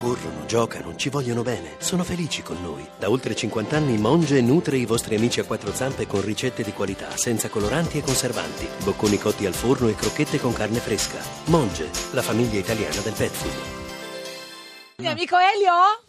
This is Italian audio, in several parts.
Corrono, giocano, ci vogliono bene, sono felici con noi. Da oltre 50 anni Monge nutre i vostri amici a quattro zampe con ricette di qualità, senza coloranti e conservanti, bocconi cotti al forno e crocchette con carne fresca. Monge, la famiglia italiana del pet food. Mio amico Elio?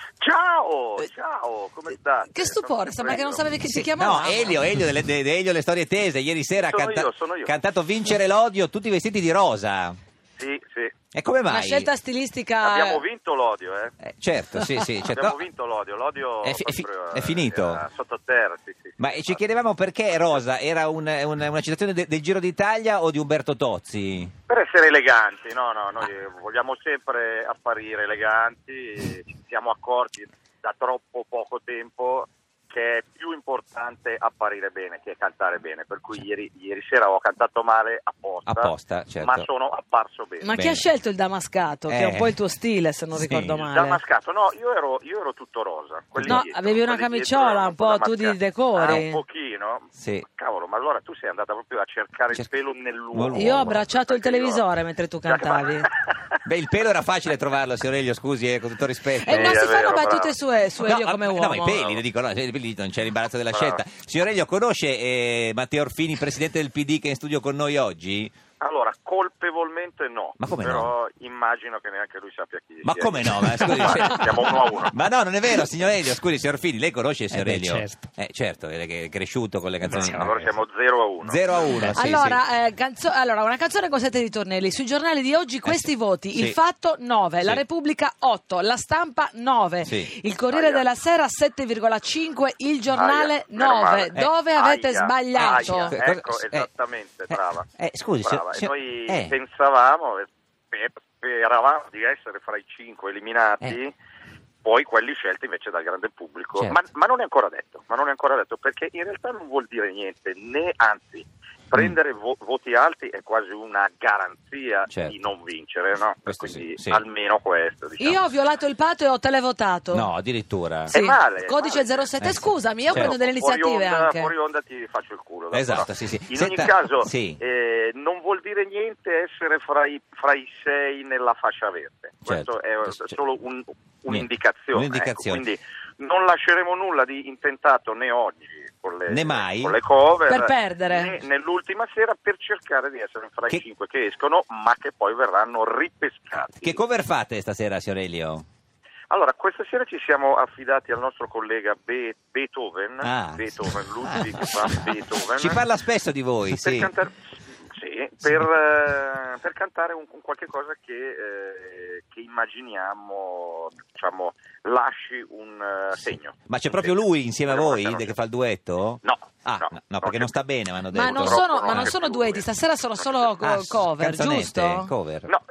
Ciao, come state? Che stupore, sembra che non sapevi che si chiamava. No, Elio Elio le storie tese. Ieri sera ha sono io. cantato Vincere l'odio, tutti vestiti di rosa. Sì. E come mai? Una scelta stilistica. Abbiamo vinto l'odio, Certo, sì. Certo. Abbiamo vinto l'odio È finito. era sottoterra, sì. Ma ci chiedevamo perché rosa? Era una citazione del Giro d'Italia o di Umberto Tozzi? Per essere eleganti, noi vogliamo sempre apparire eleganti, ci siamo accorti da troppo poco tempo che è più importante apparire bene che cantare bene, per cui ieri sera ho cantato male apposta, certo. ma sono apparso bene. Ma chi ha scelto il damascato? Che è un po' il tuo stile, se non ricordo male. Damascato, no, io ero tutto rosa. No, avevi una camiciola un po' tu di decori. Un pochino? Sì. Cavolo, ma allora tu sei andata proprio a cercare il pelo nell'uomo. Io ho abbracciato il televisore mentre tu cantavi. Beh, il pelo era facile trovarlo, signor Elio, scusi, con tutto rispetto. E non si fanno vero, battute su Elio come uomo. No, ma i peli, le dico, no, lì non c'è l'imbarazzo della scelta. Signor Elio, conosce Matteo Orfini, presidente del PD, che è in studio con noi oggi? Allora, colpevolmente no, Ma come però no? immagino che neanche lui sappia chi Ma sia. come no? Ma scusi, Siamo 1-1. Ma no, non è vero, signor Elio, scusi, signor Orfini, lei conosce il signor Elio? Certo. Certo, è cresciuto con le canzoni. Allora siamo 0-1. 0-1, sì, Allora, una canzone con 7 ritornelli. Sui giornali di oggi questi voti: sì. Il Fatto 9, La Sì. Repubblica 8, La Stampa 9, Sì. Il Corriere della Sera 7,5, Il Giornale Meno 9. male. Dove avete sbagliato? Ecco, esattamente, brava. Scusi, brava. E signor- noi pensavamo, speravamo di essere fra i 5 eliminati, poi quelli scelti invece dal grande pubblico. Certo. Ma non è ancora detto, perché in realtà non vuol dire niente, anzi, prendere voti alti è quasi una garanzia Certo. di non vincere, no? Questo Quindi sì. almeno questo, diciamo. Io ho violato il patto e ho televotato. No, addirittura. Sì. È male, Codice male. 07. Scusami, io Certo. prendo delle iniziative anche. Fuori onda ti faccio il culo. dopo, Esatto, no? sì. In Senta, ogni caso, sì. non vuol dire niente essere fra i 6 nella fascia verde. Certo. Questo è solo un'indicazione. Un'indicazione. Quindi non lasceremo nulla di intentato né oggi con le, Né mai. con le cover, Per perdere. né nell'ultima sera, per cercare di essere fra Che- i 5 che escono, ma che poi verranno ripescati. Che cover fate stasera, signor Elio? Allora, questa sera ci siamo affidati al nostro collega Beethoven, Ah. Ludwig van Beethoven. Ci parla spesso di voi, per sì. cantare, per cantare un qualche cosa che immaginiamo, diciamo, lasci un segno. Ma c'è proprio lui insieme a voi No. che fa il duetto? No. No, perché non sta bene, mi hanno detto. Ma non Purtroppo sono, non è sono più duetti, lui. stasera sono solo cover, canzonette, giusto? Cover. No,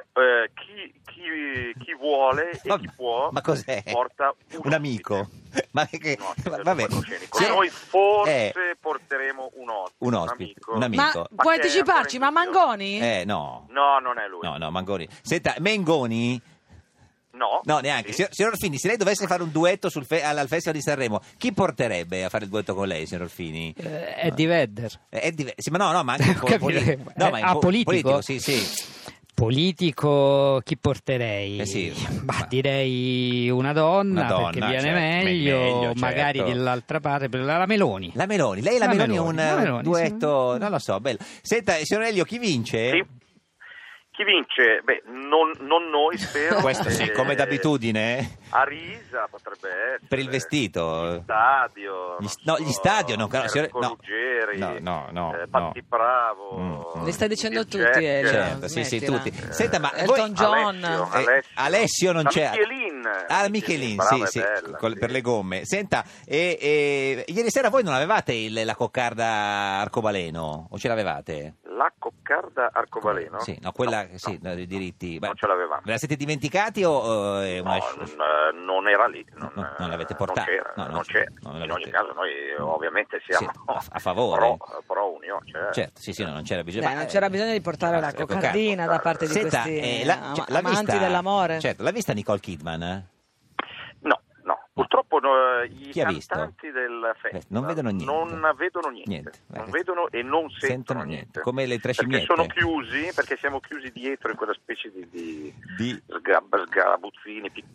chi vuole e chi può Ma cos'è? porta Un amico. Ma che... vabbè. Sì. Noi forse porteremo un ospite, un Ma amico. puoi che è anticiparci? Ma ancora in Mangoni? No. No, non è lui. No, Mangoni. Senta, Mengoni? No. No, neanche. Sì. Signor Orfini, se lei dovesse fare un duetto al Festival di Sanremo, chi porterebbe a fare il duetto con lei, signor Orfini? Eddie Vedder. Sì, ma no, ma anche un po' Capire. Politico? Sì. Politico, chi porterei? Sì. Bah, direi una donna, perché viene certo, meglio, magari certo. dell'altra parte, per la Meloni. La Meloni, lei e la Meloni è un La Meloni, duetto, sì. non lo so, bello. Senta, signor Elio, chi vince? Sì. Chi vince? Beh, non noi, spero. Questo sì, come d'abitudine. Arisa potrebbe essere. Per il vestito. Gli stadio. Gli stadio, no, Mirko no. Ruggeri. No. Patti Bravo. Li stai dicendo il tutti, Jack, Elio. Certo, sì, Smettila. tutti. Senta, ma Elton John. Alessio non La c'è. Michelin. Michelin, Brava, sì, è bella, sì. per le gomme. Senta, ieri sera voi non avevate la coccarda arcobaleno? O ce l'avevate? La coccarda arcobaleno? Sì, no, quella, sì, no, dei diritti. Non ce l'avevamo. Ve la siete dimenticati o è una... Non era lì. non l'avete portata? Non c'era. In ogni caso noi ovviamente siamo a favore. pro Unione. Certo, sì, no, non c'era bisogno. Non c'era bisogno di portare la coccardina da parte di Senta, questi l'ha amanti vista, dell'amore. Certo, l'ha vista Nicole Kidman? No. Purtroppo i Chi ha visto? cantanti del festival non vedono niente. Non vedono niente. Non vedono e non sentono niente. Come le tre Perché scimmiette. sono chiusi, perché siamo chiusi dietro in quella specie di sgabuzzini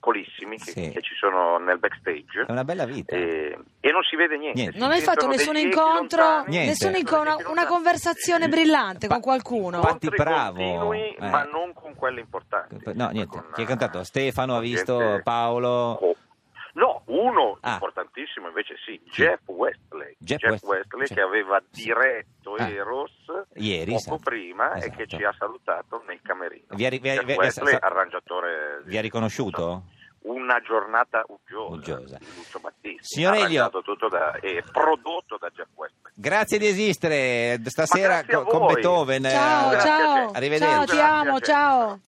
piccolissimi che ci sono nel backstage. È una bella vita. E non si vede niente. Non hai fatto nessun incontro, una conversazione brillante con qualcuno? Patti bravo. Continui, ma non con quelle importanti. No, niente. Chi è cantato? Stefano ha visto, Paolo... No, uno importantissimo invece Jeff Westley. Jeff Westley che aveva diretto Eros ieri, poco prima e che ci ha salutato nel camerino. Jeff Westley, arrangiatore. Vi ha riconosciuto? Una giornata uggiosa di Lucio Battisti. Signor Elio, tutto e prodotto da Jeff Westley. Grazie di esistere stasera con Beethoven. Ciao, arrivederci. Ciao, ti amo, ciao.